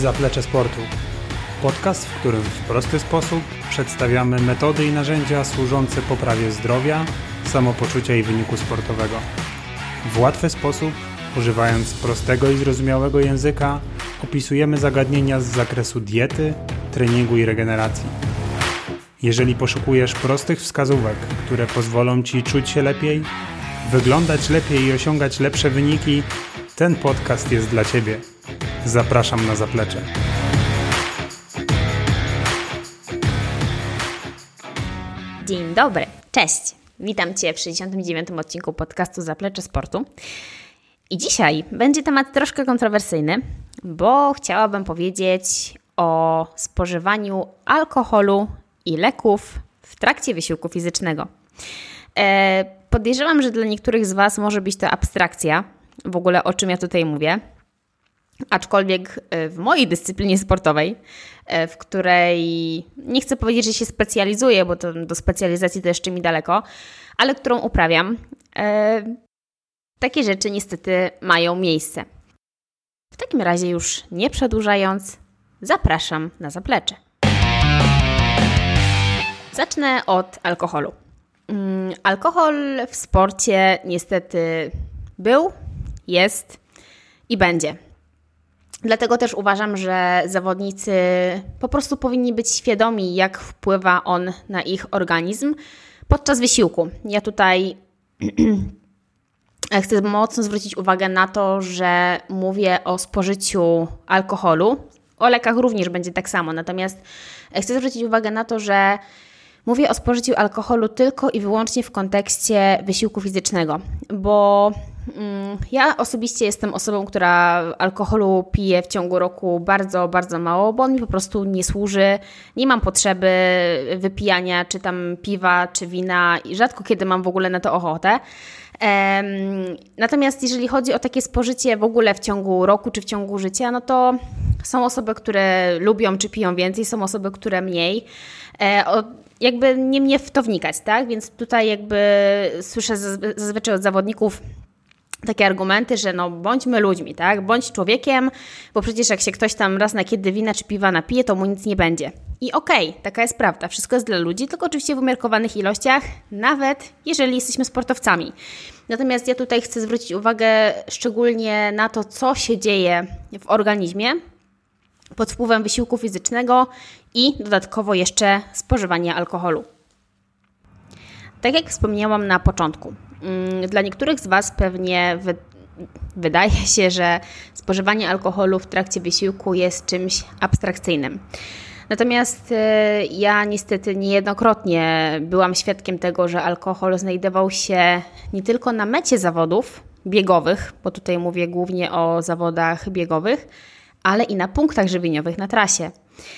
Zaplecze Sportu. Podcast, w którym w prosty sposób przedstawiamy metody i narzędzia służące poprawie zdrowia, samopoczucia i wyniku sportowego. W łatwy sposób, używając prostego i zrozumiałego języka, opisujemy zagadnienia z zakresu diety, treningu i regeneracji. Jeżeli poszukujesz prostych wskazówek, które pozwolą Ci czuć się lepiej, wyglądać lepiej i osiągać lepsze wyniki, ten podcast jest dla Ciebie. Zapraszam na zaplecze. Dzień dobry, cześć! Witam Cię w 69. odcinku podcastu Zaplecze Sportu. I dzisiaj będzie temat troszkę kontrowersyjny, bo chciałabym powiedzieć o spożywaniu alkoholu i leków w trakcie wysiłku fizycznego. Podejrzewam, że dla niektórych z Was może być to abstrakcja, w ogóle o czym ja tutaj mówię. Aczkolwiek w mojej dyscyplinie sportowej, w której nie chcę powiedzieć, że się specjalizuję, bo to do specjalizacji to jeszcze mi daleko, ale którą uprawiam, takie rzeczy niestety mają miejsce. W takim razie już nie przedłużając, zapraszam na zaplecze. Zacznę od alkoholu. Alkohol w sporcie niestety był, jest i będzie. Dlatego też uważam, że zawodnicy po prostu powinni być świadomi, jak wpływa on na ich organizm podczas wysiłku. Ja tutaj chcę mocno zwrócić uwagę na to, że mówię o spożyciu alkoholu. O lekach również będzie tak samo, natomiast chcę zwrócić uwagę na to, że mówię o spożyciu alkoholu tylko i wyłącznie w kontekście wysiłku fizycznego, bo ja osobiście jestem osobą, która alkoholu pije w ciągu roku bardzo, bardzo mało, bo on mi po prostu nie służy. Nie mam potrzeby wypijania czy tam piwa, czy wina i rzadko kiedy mam w ogóle na to ochotę. Natomiast jeżeli chodzi o takie spożycie w ogóle w ciągu roku czy w ciągu życia, no to są osoby, które lubią czy piją więcej, są osoby, które mniej. Jakby nie mnie w to wnikać, tak? Więc tutaj jakby słyszę zazwyczaj od zawodników takie argumenty, że no bądźmy ludźmi, tak? Bądź człowiekiem, bo przecież jak się ktoś tam raz na kiedy wina czy piwa napije, to mu nic nie będzie. I okej, taka jest prawda, wszystko jest dla ludzi, tylko oczywiście w umiarkowanych ilościach, nawet jeżeli jesteśmy sportowcami. Natomiast ja tutaj chcę zwrócić uwagę szczególnie na to, co się dzieje w organizmie pod wpływem wysiłku fizycznego i dodatkowo jeszcze spożywania alkoholu. Tak jak wspomniałam na początku, dla niektórych z Was pewnie wydaje się, że spożywanie alkoholu w trakcie wysiłku jest czymś abstrakcyjnym. Natomiast ja niestety niejednokrotnie byłam świadkiem tego, że alkohol znajdował się nie tylko na mecie zawodów biegowych, bo tutaj mówię głównie o zawodach biegowych, ale i na punktach żywieniowych na trasie,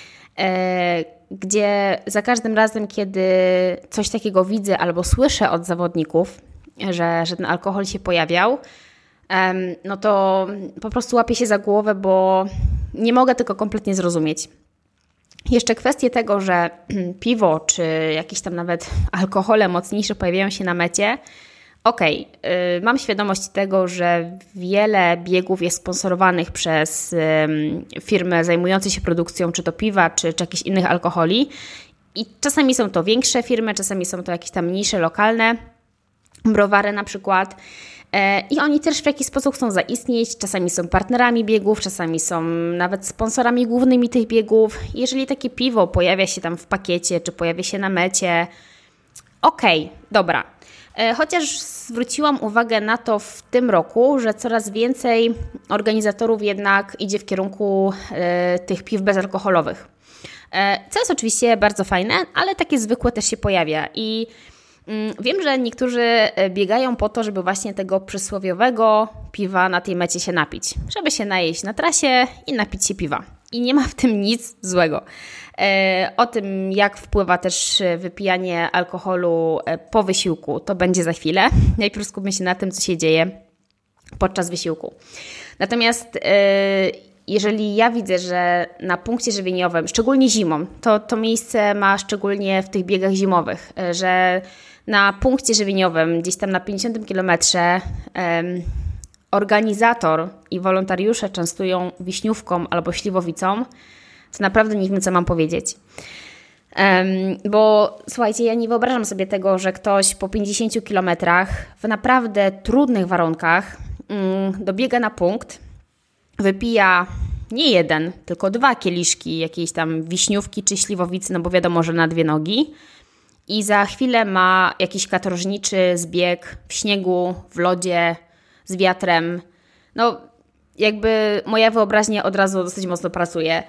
gdzie za każdym razem, kiedy coś takiego widzę albo słyszę od zawodników, że ten alkohol się pojawiał, no to po prostu łapię się za głowę, bo nie mogę tego kompletnie zrozumieć. Jeszcze kwestie tego, że piwo czy jakieś tam nawet alkohole mocniejsze pojawiają się na mecie, mam świadomość tego, że wiele biegów jest sponsorowanych przez firmy zajmujące się produkcją czy to piwa, czy jakichś innych alkoholi i czasami są to większe firmy, czasami są to jakieś tam mniejsze, lokalne, browary na przykład i oni też w jakiś sposób chcą zaistnieć, czasami są partnerami biegów, czasami są nawet sponsorami głównymi tych biegów. Jeżeli takie piwo pojawia się tam w pakiecie, czy pojawia się na mecie, dobra. Chociaż zwróciłam uwagę na to w tym roku, że coraz więcej organizatorów jednak idzie w kierunku tych piw bezalkoholowych. Co jest oczywiście bardzo fajne, ale takie zwykłe też się pojawia. I wiem, że niektórzy biegają po to, żeby właśnie tego przysłowiowego piwa na tej mecie się napić. Żeby się najeść na trasie i napić się piwa. I nie ma w tym nic złego. O tym, jak wpływa też wypijanie alkoholu po wysiłku, to będzie za chwilę. Najpierw skupmy się na tym, co się dzieje podczas wysiłku. Natomiast jeżeli ja widzę, że na punkcie żywieniowym, szczególnie zimą, to miejsce ma szczególnie w tych biegach zimowych, że na punkcie żywieniowym, gdzieś tam na 50 kilometrze organizator i wolontariusze częstują wiśniówką albo śliwowicą, to naprawdę nie wiem, co mam powiedzieć. Bo słuchajcie, ja nie wyobrażam sobie tego, że ktoś po 50 kilometrach w naprawdę trudnych warunkach dobiega na punkt, wypija nie jeden, tylko 2 kieliszki jakiejś tam wiśniówki czy śliwowicy, no bo wiadomo, że na 2 nogi, i za chwilę ma jakiś katorżniczy zbieg w śniegu, w lodzie, z wiatrem. No jakby moja wyobraźnia od razu dosyć mocno pracuje.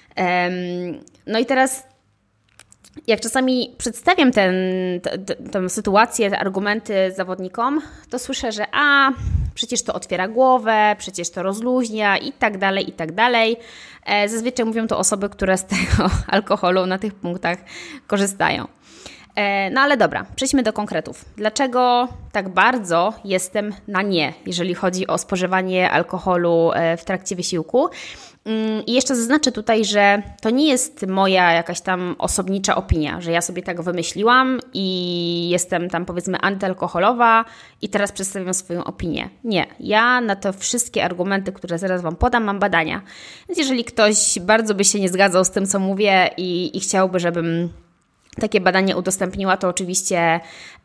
No i teraz jak czasami przedstawiam tę sytuację, te argumenty zawodnikom, to słyszę, że przecież to otwiera głowę, przecież to rozluźnia i tak dalej, i tak dalej. Zazwyczaj mówią to osoby, które z tego alkoholu na tych punktach korzystają. No ale dobra, przejdźmy do konkretów. Dlaczego tak bardzo jestem na nie, jeżeli chodzi o spożywanie alkoholu w trakcie wysiłku? I jeszcze zaznaczę tutaj, że to nie jest moja jakaś tam osobnicza opinia, że ja sobie tak wymyśliłam i jestem tam powiedzmy antyalkoholowa i teraz przedstawiam swoją opinię. Nie, ja na te wszystkie argumenty, które zaraz Wam podam, mam badania. Więc jeżeli ktoś bardzo by się nie zgadzał z tym, co mówię i chciałby, żebym takie badanie udostępniła, to oczywiście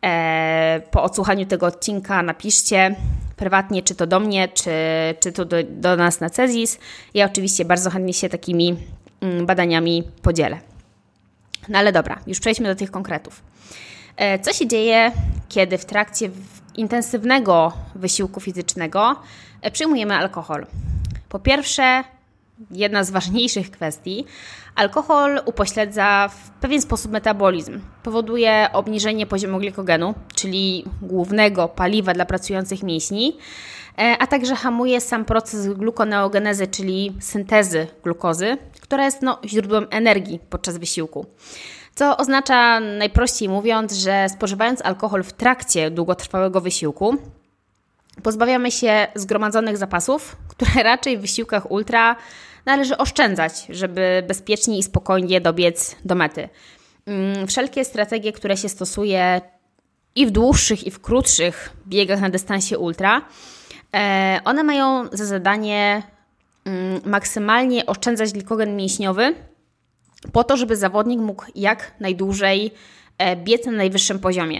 po odsłuchaniu tego odcinka napiszcie prywatnie, czy to do mnie, czy to do nas na CEZIS. Ja oczywiście bardzo chętnie się takimi badaniami podzielę. No ale dobra, już przejdźmy do tych konkretów. Co się dzieje, kiedy w trakcie intensywnego wysiłku fizycznego przyjmujemy alkohol? Po pierwsze, jedna z ważniejszych kwestii, alkohol upośledza w pewien sposób metabolizm. Powoduje obniżenie poziomu glikogenu, czyli głównego paliwa dla pracujących mięśni, a także hamuje sam proces glukoneogenezy, czyli syntezy glukozy, która jest źródłem energii podczas wysiłku. Co oznacza, najprościej mówiąc, że spożywając alkohol w trakcie długotrwałego wysiłku, pozbawiamy się zgromadzonych zapasów, które raczej w wysiłkach ultra należy oszczędzać, żeby bezpiecznie i spokojnie dobiec do mety. Wszelkie strategie, które się stosuje i w dłuższych, i w krótszych biegach na dystansie ultra, one mają za zadanie maksymalnie oszczędzać glikogen mięśniowy po to, żeby zawodnik mógł jak najdłużej biec na najwyższym poziomie.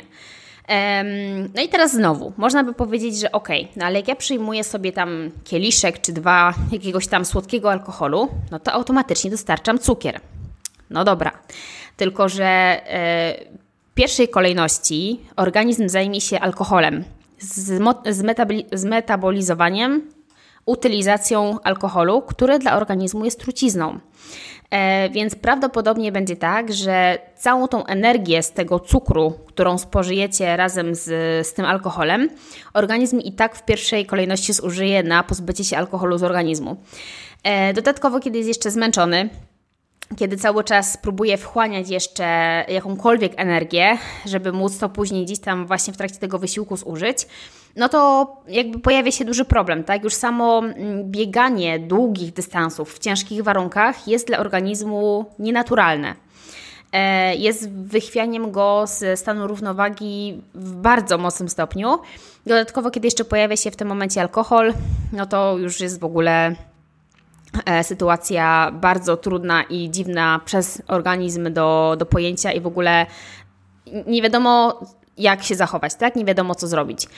No i teraz znowu, można by powiedzieć, że no ale jak ja przyjmuję sobie tam kieliszek czy 2 jakiegoś tam słodkiego alkoholu, no to automatycznie dostarczam cukier. No dobra, tylko że w pierwszej kolejności organizm zajmie się alkoholem, z metabolizowaniem, utylizacją alkoholu, który dla organizmu jest trucizną. Więc prawdopodobnie będzie tak, że całą tą energię z tego cukru, którą spożyjecie razem z tym alkoholem, organizm i tak w pierwszej kolejności zużyje na pozbycie się alkoholu z organizmu. Dodatkowo, kiedy jest jeszcze zmęczony, kiedy cały czas próbuje wchłaniać jeszcze jakąkolwiek energię, żeby móc to później gdzieś tam właśnie w trakcie tego wysiłku zużyć, no to jakby pojawia się duży problem, tak? Już samo bieganie długich dystansów w ciężkich warunkach jest dla organizmu nienaturalne. Jest wychwianiem go z stanu równowagi w bardzo mocnym stopniu. Dodatkowo, kiedy jeszcze pojawia się w tym momencie alkohol, no to już jest w ogóle sytuacja bardzo trudna i dziwna przez organizm do pojęcia i w ogóle nie wiadomo, jak się zachować, tak? Nie wiadomo, co zrobić.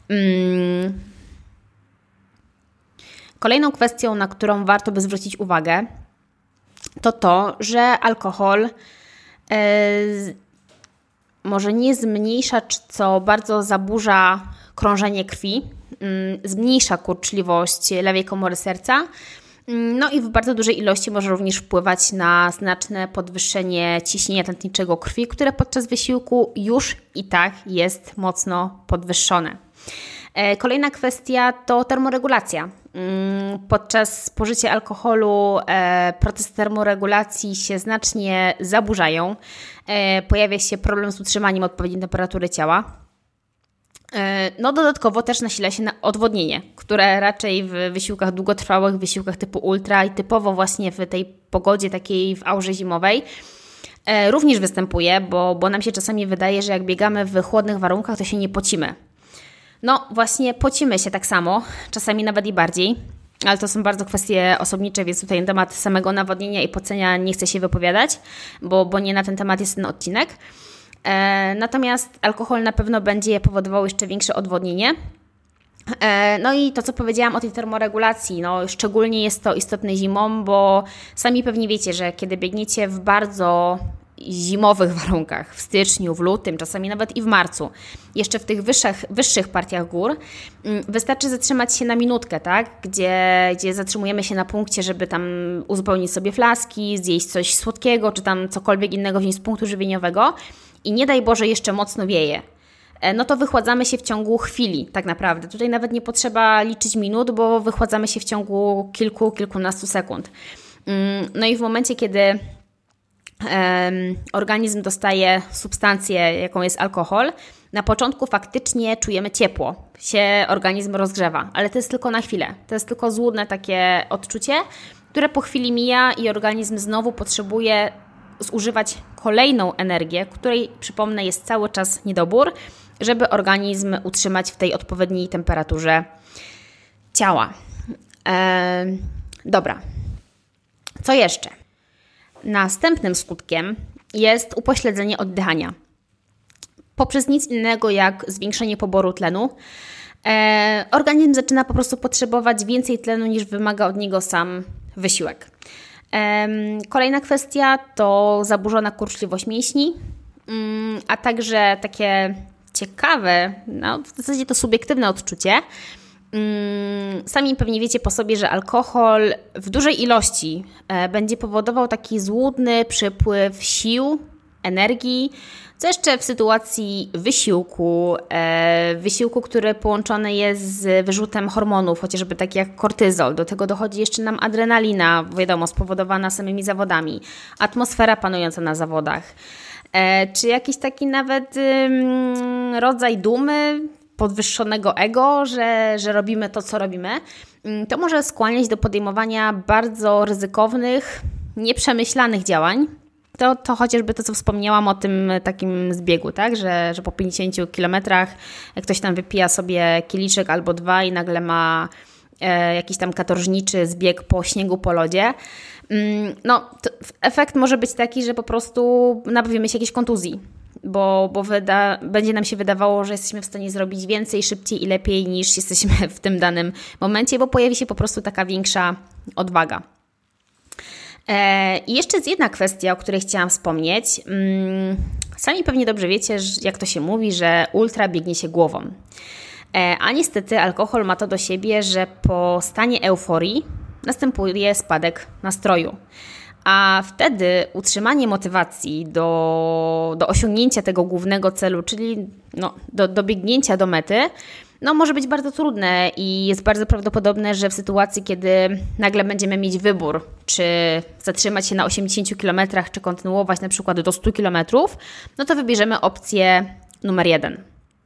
Kolejną kwestią, na którą warto by zwrócić uwagę, to, że alkohol może nie zmniejsza, co bardzo zaburza krążenie krwi, zmniejsza kurczliwość lewej komory serca, no i w bardzo dużej ilości może również wpływać na znaczne podwyższenie ciśnienia tętniczego krwi, które podczas wysiłku już i tak jest mocno podwyższone. Kolejna kwestia to termoregulacja. Podczas spożycia alkoholu procesy termoregulacji się znacznie zaburzają. Pojawia się problem z utrzymaniem odpowiedniej temperatury ciała. No dodatkowo też nasila się na odwodnienie, które raczej w wysiłkach długotrwałych, wysiłkach typu ultra i typowo właśnie w tej pogodzie takiej w aurze zimowej również występuje, bo nam się czasami wydaje, że jak biegamy w chłodnych warunkach, to się nie pocimy. No właśnie pocimy się tak samo, czasami nawet i bardziej, ale to są bardzo kwestie osobnicze, więc tutaj na temat samego nawodnienia i pocenia nie chcę się wypowiadać, bo nie na ten temat jest ten odcinek. Natomiast alkohol na pewno będzie powodował jeszcze większe odwodnienie. No i to, co powiedziałam o tej termoregulacji, no szczególnie jest to istotne zimą, bo sami pewnie wiecie, że kiedy biegniecie w bardzo zimowych warunkach, w styczniu, w lutym, czasami nawet i w marcu, jeszcze w tych wyższych partiach gór, wystarczy zatrzymać się na minutkę, tak? Gdzie zatrzymujemy się na punkcie, żeby tam uzupełnić sobie flaski, zjeść coś słodkiego, czy tam cokolwiek innego wziąć z punktu żywieniowego i nie daj Boże jeszcze mocno wieje. No to wychładzamy się w ciągu chwili tak naprawdę. Tutaj nawet nie potrzeba liczyć minut, bo wychładzamy się w ciągu kilkunastu sekund. No i w momencie, kiedy organizm dostaje substancję, jaką jest alkohol, na początku faktycznie czujemy ciepło, się organizm rozgrzewa, ale to jest tylko na chwilę. To jest tylko złudne takie odczucie, które po chwili mija i organizm znowu potrzebuje zużywać kolejną energię, której, przypomnę, jest cały czas niedobór, żeby organizm utrzymać w tej odpowiedniej temperaturze ciała. Dobra. Co jeszcze? Następnym skutkiem jest upośledzenie oddychania. Poprzez nic innego jak zwiększenie poboru tlenu, organizm zaczyna po prostu potrzebować więcej tlenu niż wymaga od niego sam wysiłek. Kolejna kwestia to zaburzona kurczliwość mięśni, a także takie ciekawe, no w zasadzie to subiektywne odczucie. Sami pewnie wiecie po sobie, że alkohol w dużej ilości będzie powodował taki złudny przypływ sił, energii, co jeszcze w sytuacji wysiłku, który połączony jest z wyrzutem hormonów, chociażby tak jak kortyzol. Do tego dochodzi jeszcze nam adrenalina, wiadomo, spowodowana samymi zawodami, atmosfera panująca na zawodach, czy jakiś taki nawet rodzaj dumy, podwyższonego ego, że robimy to, co robimy, to może skłaniać do podejmowania bardzo ryzykownych, nieprzemyślanych działań. To chociażby to, co wspomniałam o tym takim zbiegu, tak? Że po 50 kilometrach ktoś tam wypija sobie kieliszek albo dwa i nagle ma jakiś tam katorżniczy zbieg po śniegu, po lodzie. No, efekt może być taki, że po prostu nabawimy się jakiejś kontuzji, bo będzie nam się wydawało, że jesteśmy w stanie zrobić więcej, szybciej i lepiej niż jesteśmy w tym danym momencie, bo pojawi się po prostu taka większa odwaga. I jeszcze jest jedna kwestia, o której chciałam wspomnieć. Sami pewnie dobrze wiecie, jak to się mówi, że ultra biegnie się głową. A niestety alkohol ma to do siebie, że po stanie euforii następuje spadek nastroju. A wtedy utrzymanie motywacji do osiągnięcia tego głównego celu, czyli do biegnięcia do mety, może być bardzo trudne i jest bardzo prawdopodobne, że w sytuacji, kiedy nagle będziemy mieć wybór, czy zatrzymać się na 80 km, czy kontynuować na przykład do 100 km, to wybierzemy opcję numer 1.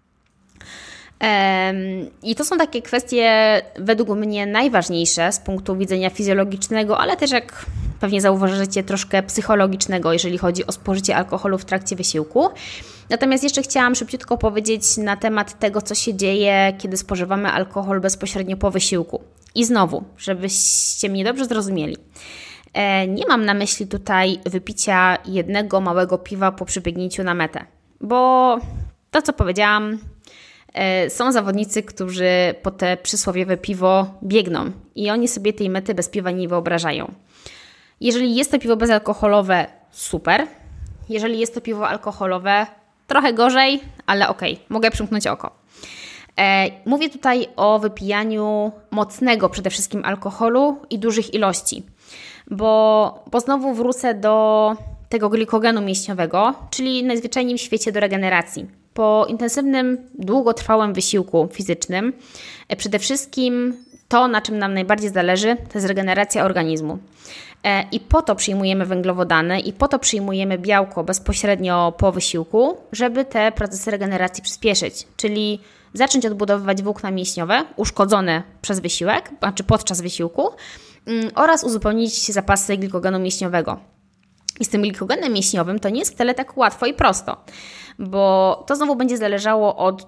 I to są takie kwestie według mnie najważniejsze z punktu widzenia fizjologicznego, ale też jak pewnie zauważycie troszkę psychologicznego, jeżeli chodzi o spożycie alkoholu w trakcie wysiłku. Natomiast jeszcze chciałam szybciutko powiedzieć na temat tego, co się dzieje, kiedy spożywamy alkohol bezpośrednio po wysiłku. I znowu, żebyście mnie dobrze zrozumieli. Nie mam na myśli tutaj wypicia jednego małego piwa po przybiegnięciu na metę, bo to, co powiedziałam, są zawodnicy, którzy po te przysłowiowe piwo biegną i oni sobie tej mety bez piwa nie wyobrażają. Jeżeli jest to piwo bezalkoholowe, super. Jeżeli jest to piwo alkoholowe, trochę gorzej, ale okej, mogę przymknąć oko. Mówię tutaj o wypijaniu mocnego przede wszystkim alkoholu i dużych ilości, bo znowu wrócę do tego glikogenu mięśniowego, czyli najzwyczajniej w świecie do regeneracji. Po intensywnym, długotrwałym wysiłku fizycznym przede wszystkim to, na czym nam najbardziej zależy, to jest regeneracja organizmu. I po to przyjmujemy węglowodany i po to przyjmujemy białko bezpośrednio po wysiłku, żeby te procesy regeneracji przyspieszyć, czyli zacząć odbudowywać włókna mięśniowe uszkodzone przez wysiłek, znaczy podczas wysiłku oraz uzupełnić zapasy glikogenu mięśniowego. I z tym glikogenem mięśniowym to nie jest wcale tak łatwo i prosto, bo to znowu będzie zależało od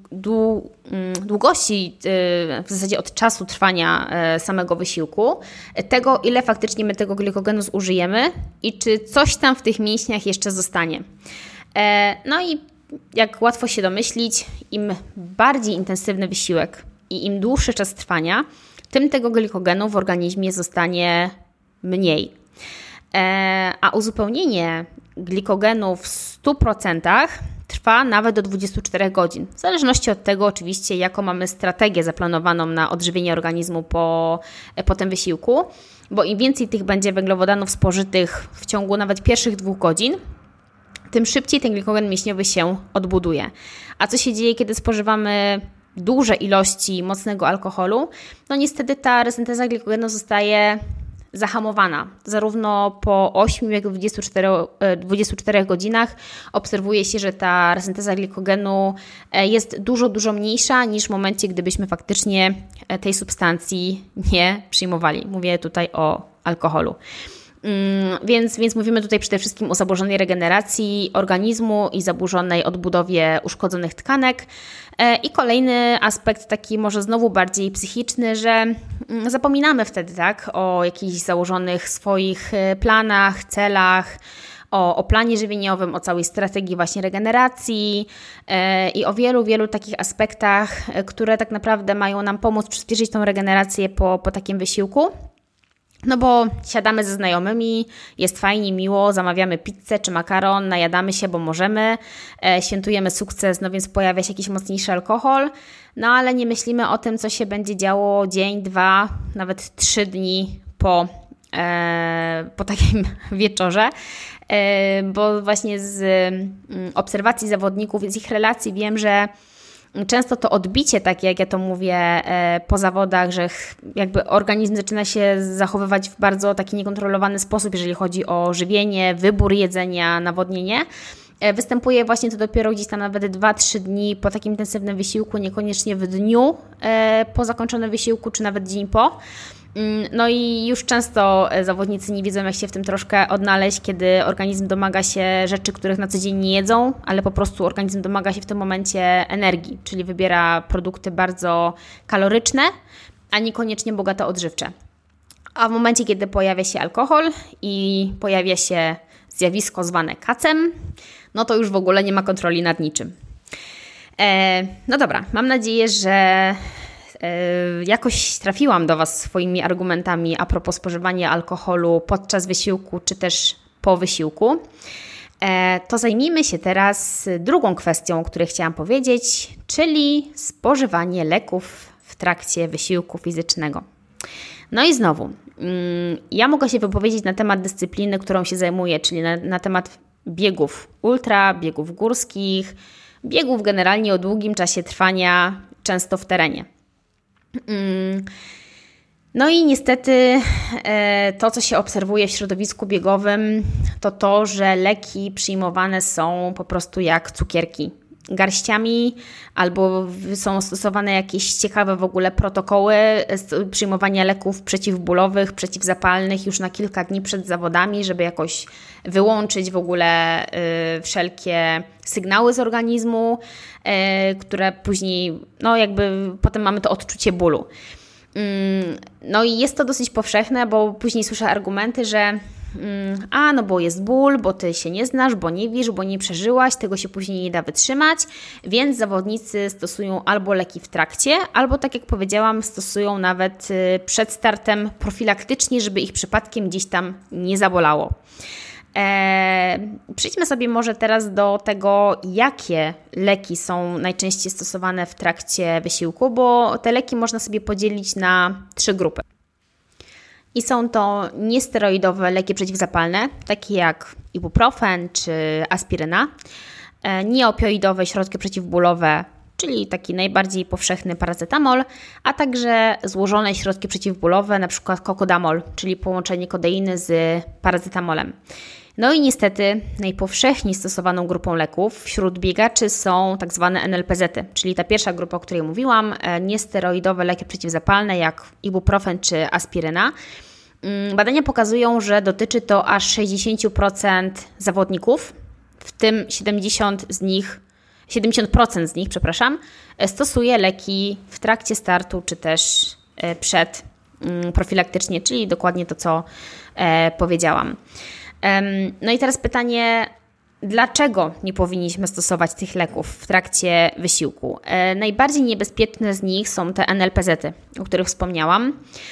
długości, w zasadzie od czasu trwania samego wysiłku, tego ile faktycznie my tego glikogenu zużyjemy i czy coś tam w tych mięśniach jeszcze zostanie. No i jak łatwo się domyślić, im bardziej intensywny wysiłek i im dłuższy czas trwania, tym tego glikogenu w organizmie zostanie mniej. A uzupełnienie glikogenu w 100% trwa nawet do 24 godzin. W zależności od tego oczywiście, jaką mamy strategię zaplanowaną na odżywienie organizmu po tym wysiłku, bo im więcej tych będzie węglowodanów spożytych w ciągu nawet pierwszych 2 godzin, tym szybciej ten glikogen mięśniowy się odbuduje. A co się dzieje, kiedy spożywamy duże ilości mocnego alkoholu? No niestety ta resynteza glikogenu zostaje zahamowana. Zarówno po 8, jak i 24 godzinach obserwuje się, że ta resynteza glikogenu jest dużo mniejsza niż w momencie, gdybyśmy faktycznie tej substancji nie przyjmowali. Mówię tutaj o alkoholu. Więc mówimy tutaj przede wszystkim o zaburzonej regeneracji organizmu i zaburzonej odbudowie uszkodzonych tkanek. I kolejny aspekt, taki może znowu bardziej psychiczny, że zapominamy wtedy o jakichś założonych swoich planach, celach, o planie żywieniowym, o całej strategii właśnie regeneracji i o wielu takich aspektach, które tak naprawdę mają nam pomóc przyspieszyć tą regenerację po takim wysiłku. No bo siadamy ze znajomymi, jest fajnie, miło, zamawiamy pizzę czy makaron, najadamy się, bo możemy, świętujemy sukces, no więc pojawia się jakiś mocniejszy alkohol, no ale nie myślimy o tym, co się będzie działo dzień, 2, nawet 3 dni po takim wieczorze, bo właśnie z obserwacji zawodników, z ich relacji wiem, że często to odbicie, takie jak ja to mówię po zawodach, że jakby organizm zaczyna się zachowywać w bardzo taki niekontrolowany sposób, jeżeli chodzi o żywienie, wybór jedzenia, nawodnienie. Występuje właśnie to dopiero gdzieś tam nawet 2-3 dni po takim intensywnym wysiłku, niekoniecznie w dniu po zakończonym wysiłku, czy nawet dzień po. No i już często zawodnicy nie wiedzą, jak się w tym troszkę odnaleźć, kiedy organizm domaga się rzeczy, których na co dzień nie jedzą, ale po prostu organizm domaga się w tym momencie energii, czyli wybiera produkty bardzo kaloryczne, a niekoniecznie bogato odżywcze. A w momencie, kiedy pojawia się alkohol i pojawia się zjawisko zwane kacem, no to już w ogóle nie ma kontroli nad niczym. No dobra, mam nadzieję, że jakoś trafiłam do Was swoimi argumentami a propos spożywania alkoholu podczas wysiłku czy też po wysiłku. To zajmijmy się teraz drugą kwestią, o której chciałam powiedzieć, czyli spożywanie leków w trakcie wysiłku fizycznego. No i znowu, ja mogę się wypowiedzieć na temat dyscypliny, którą się zajmuję, czyli na temat biegów ultra, biegów górskich, biegów generalnie o długim czasie trwania, często w terenie. No i niestety to, co się obserwuje w środowisku biegowym, to, że leki przyjmowane są po prostu jak cukierki, garściami, albo są stosowane jakieś ciekawe w ogóle protokoły przyjmowania leków przeciwbólowych, przeciwzapalnych już na kilka dni przed zawodami, żeby jakoś wyłączyć w ogóle wszelkie sygnały z organizmu, które później, no jakby potem mamy to odczucie bólu. No i jest to dosyć powszechne, bo później słyszę argumenty, że no bo jest ból, bo Ty się nie znasz, bo nie wiesz, bo nie przeżyłaś, tego się później nie da wytrzymać, więc zawodnicy stosują albo leki w trakcie, albo tak jak powiedziałam, stosują nawet przed startem profilaktycznie, żeby ich przypadkiem gdzieś tam nie zabolało. Przejdźmy sobie może teraz do tego, jakie leki są najczęściej stosowane w trakcie wysiłku, bo te leki można sobie podzielić na 3 grupy. I są to niesteroidowe leki przeciwzapalne, takie jak ibuprofen czy aspiryna, nieopioidowe środki przeciwbólowe, czyli taki najbardziej powszechny paracetamol, a także złożone środki przeciwbólowe, np. kokodamol, czyli połączenie kodeiny z paracetamolem. No i niestety najpowszechniej stosowaną grupą leków wśród biegaczy są tak zwane NLPZ-y, czyli ta pierwsza grupa, o której mówiłam, niesteroidowe leki przeciwzapalne jak ibuprofen czy aspiryna. Badania pokazują, że dotyczy to aż 60% zawodników, w tym 70% z nich, stosuje leki w trakcie startu czy też przed profilaktycznie, czyli dokładnie to, co powiedziałam. No i teraz pytanie, dlaczego nie powinniśmy stosować tych leków w trakcie wysiłku? Najbardziej niebezpieczne z nich są te NLPZ-y, o których wspomniałam.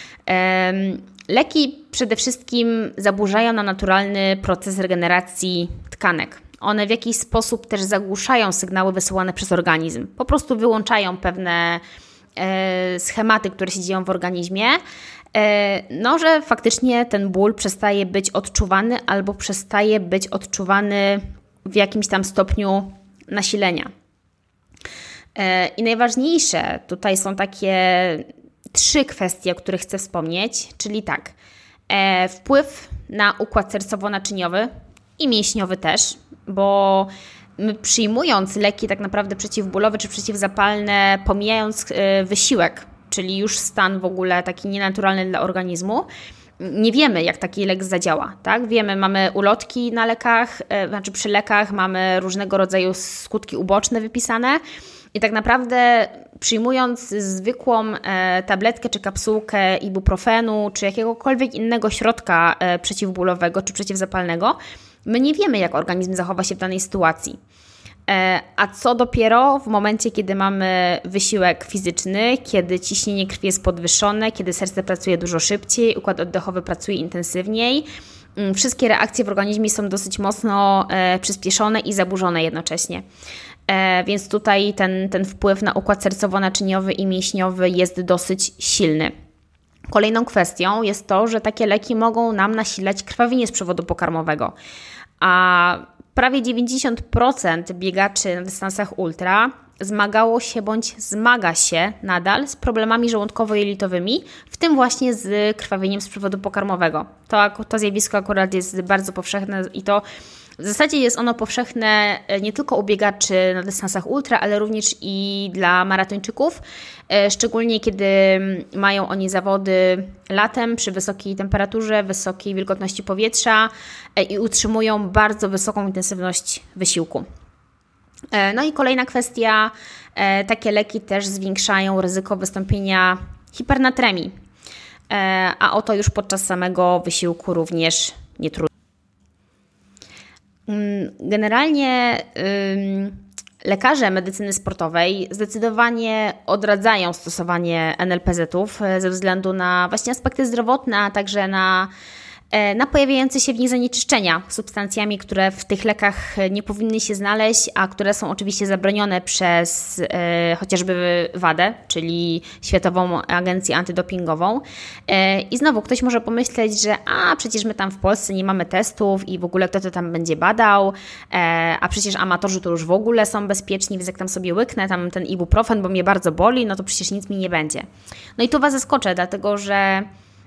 Leki przede wszystkim zaburzają nam naturalny proces regeneracji tkanek. One w jakiś sposób też zagłuszają sygnały wysyłane przez organizm. Po prostu wyłączają pewne schematy, które się dzieją w organizmie, że faktycznie ten ból przestaje być odczuwany albo przestaje być odczuwany w jakimś tam stopniu nasilenia. I najważniejsze tutaj są takie 3 kwestie, o których chcę wspomnieć, czyli tak, wpływ na układ sercowo-naczyniowy i mięśniowy też, bo my przyjmując leki tak naprawdę przeciwbólowe czy przeciwzapalne, pomijając wysiłek, czyli już stan w ogóle taki nienaturalny dla organizmu, nie wiemy, jak taki lek zadziała, tak? Wiemy, mamy ulotki na lekach, przy lekach mamy różnego rodzaju skutki uboczne wypisane i tak naprawdę przyjmując zwykłą tabletkę czy kapsułkę ibuprofenu czy jakiegokolwiek innego środka przeciwbólowego czy przeciwzapalnego, my nie wiemy, jak organizm zachowa się w danej sytuacji. A co dopiero w momencie, kiedy mamy wysiłek fizyczny, kiedy ciśnienie krwi jest podwyższone, kiedy serce pracuje dużo szybciej, układ oddechowy pracuje intensywniej. Wszystkie reakcje w organizmie są dosyć mocno przyspieszone i zaburzone jednocześnie. Więc tutaj ten wpływ na układ sercowo-naczyniowy i mięśniowy jest dosyć silny. Kolejną kwestią jest to, że takie leki mogą nam nasilać krwawienie z przewodu pokarmowego. A prawie 90% biegaczy na dystansach ultra zmagało się bądź zmaga się nadal z problemami żołądkowo-jelitowymi, w tym właśnie z krwawieniem z przewodu pokarmowego. To zjawisko akurat jest bardzo powszechne i to w zasadzie jest ono powszechne nie tylko u biegaczy na dystansach ultra, ale również i dla maratończyków, szczególnie kiedy mają oni zawody latem przy wysokiej temperaturze, wysokiej wilgotności powietrza i utrzymują bardzo wysoką intensywność wysiłku. No i kolejna kwestia, takie leki też zwiększają ryzyko wystąpienia hipernatremii, a o to już podczas samego wysiłku również nie trudno. Generalnie lekarze medycyny sportowej zdecydowanie odradzają stosowanie NLPZ-ów ze względu na właśnie aspekty zdrowotne, a także na pojawiające się w nich zanieczyszczenia substancjami, które w tych lekach nie powinny się znaleźć, a które są oczywiście zabronione przez chociażby WADA, czyli Światową Agencję Antydopingową. I znowu ktoś może pomyśleć, że przecież my tam w Polsce nie mamy testów i w ogóle kto to tam będzie badał, a przecież amatorzy to już w ogóle są bezpieczni, więc jak tam sobie łyknę tam ten ibuprofen, bo mnie bardzo boli, no to przecież nic mi nie będzie. No i tu Was zaskoczę, dlatego że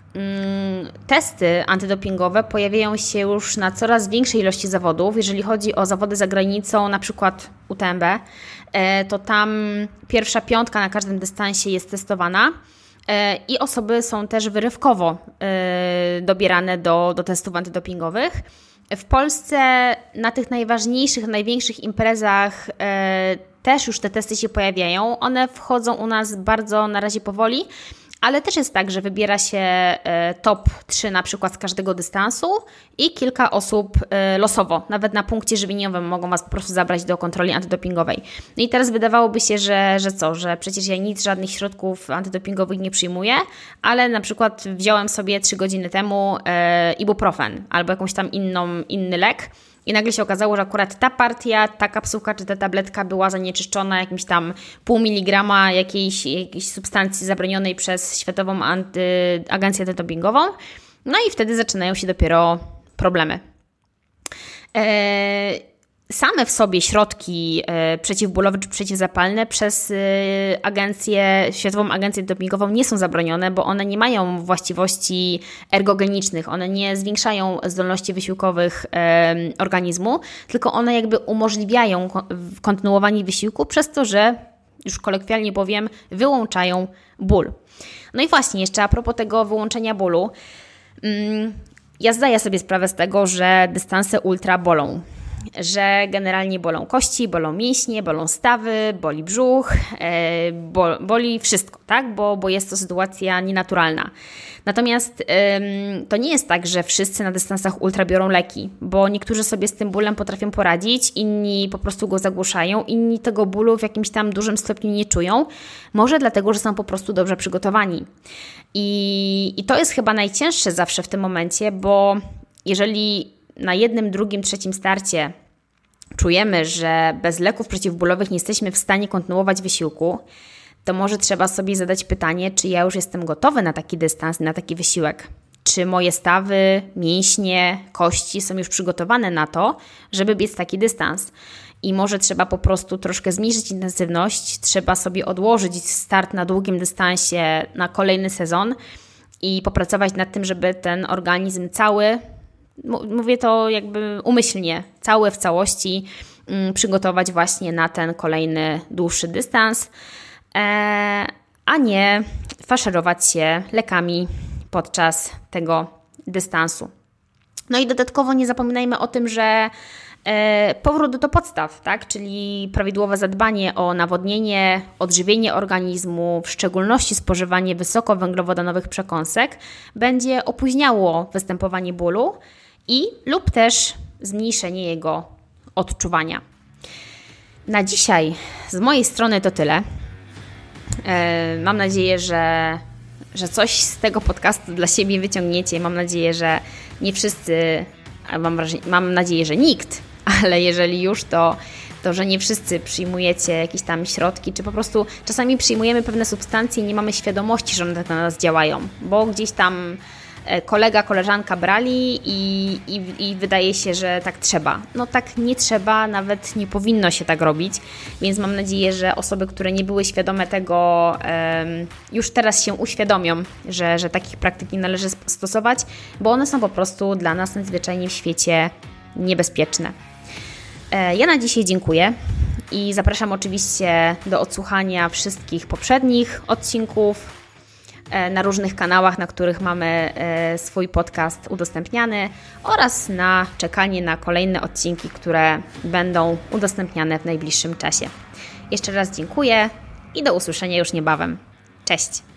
testy antydopingowe pojawiają się już na coraz większej ilości zawodów. Jeżeli chodzi o zawody za granicą, na przykład UTMB, to tam pierwsza 5 na każdym dystansie jest testowana i osoby są też wyrywkowo dobierane do testów antydopingowych. W Polsce na tych najważniejszych, największych imprezach też już te testy się pojawiają. One wchodzą u nas bardzo na razie powoli, ale też jest tak, że wybiera się top 3 na przykład z każdego dystansu i kilka osób losowo, nawet na punkcie żywieniowym mogą Was po prostu zabrać do kontroli antydopingowej. No i teraz wydawałoby się, że przecież ja żadnych środków antydopingowych nie przyjmuję, ale na przykład wziąłem sobie 3 godziny temu ibuprofen albo jakąś tam inny lek. I nagle się okazało, że akurat ta partia, ta kapsułka czy ta tabletka była zanieczyszczona jakimś tam 0,5 miligrama jakiejś substancji zabronionej przez Światową Agencję Antydopingową. No i wtedy zaczynają się dopiero problemy. Same w sobie środki przeciwbólowe czy przeciwzapalne przez Światową Agencję Antydopingową nie są zabronione, bo one nie mają właściwości ergogenicznych, one nie zwiększają zdolności wysiłkowych organizmu, tylko one jakby umożliwiają kontynuowanie wysiłku przez to, że, już kolokwialnie powiem, wyłączają ból. No i właśnie, jeszcze a propos tego wyłączenia bólu, Ja zdaję sobie sprawę z tego, że dystanse ultra bolą. Że generalnie bolą kości, bolą mięśnie, bolą stawy, boli brzuch, boli wszystko, tak? Bo jest to sytuacja nienaturalna. Natomiast to nie jest tak, że wszyscy na dystansach ultra biorą leki, bo niektórzy sobie z tym bólem potrafią poradzić, inni po prostu go zagłuszają, inni tego bólu w jakimś tam dużym stopniu nie czują, może dlatego, że są po prostu dobrze przygotowani. I to jest chyba najcięższe zawsze w tym momencie, bo jeżeli na jednym, drugim, trzecim starcie czujemy, że bez leków przeciwbólowych nie jesteśmy w stanie kontynuować wysiłku, to może trzeba sobie zadać pytanie, czy ja już jestem gotowy na taki dystans, na taki wysiłek. Czy moje stawy, mięśnie, kości są już przygotowane na to, żeby biec taki dystans. I może trzeba po prostu troszkę zmniejszyć intensywność, trzeba sobie odłożyć start na długim dystansie na kolejny sezon i popracować nad tym, żeby ten organizm cały, mówię to jakby umyślnie, cały w całości przygotować właśnie na ten kolejny dłuższy dystans, a nie faszerować się lekami podczas tego dystansu. No i dodatkowo nie zapominajmy o tym, że powrót do podstaw, tak? Czyli prawidłowe zadbanie o nawodnienie, odżywienie organizmu, w szczególności spożywanie wysokowęglowodanowych przekąsek, będzie opóźniało występowanie bólu lub też zmniejszenie jego odczuwania. Na dzisiaj z mojej strony to tyle. Mam nadzieję, że coś z tego podcastu dla siebie wyciągniecie. Mam nadzieję, że nie wszyscy, mam nadzieję, że nikt, ale jeżeli już, to że nie wszyscy przyjmujecie jakieś tam środki, czy po prostu czasami przyjmujemy pewne substancje i nie mamy świadomości, że one tak na nas działają, bo gdzieś tam kolega, koleżanka brali i wydaje się, że tak trzeba. No tak nie trzeba, nawet nie powinno się tak robić, więc mam nadzieję, że osoby, które nie były świadome tego, już teraz się uświadomią, że takich praktyk nie należy stosować, bo one są po prostu dla nas najzwyczajniej w świecie niebezpieczne. Ja na dzisiaj dziękuję i zapraszam oczywiście do odsłuchania wszystkich poprzednich odcinków na różnych kanałach, na których mamy swój podcast udostępniany, oraz na czekanie na kolejne odcinki, które będą udostępniane w najbliższym czasie. Jeszcze raz dziękuję i do usłyszenia już niebawem. Cześć!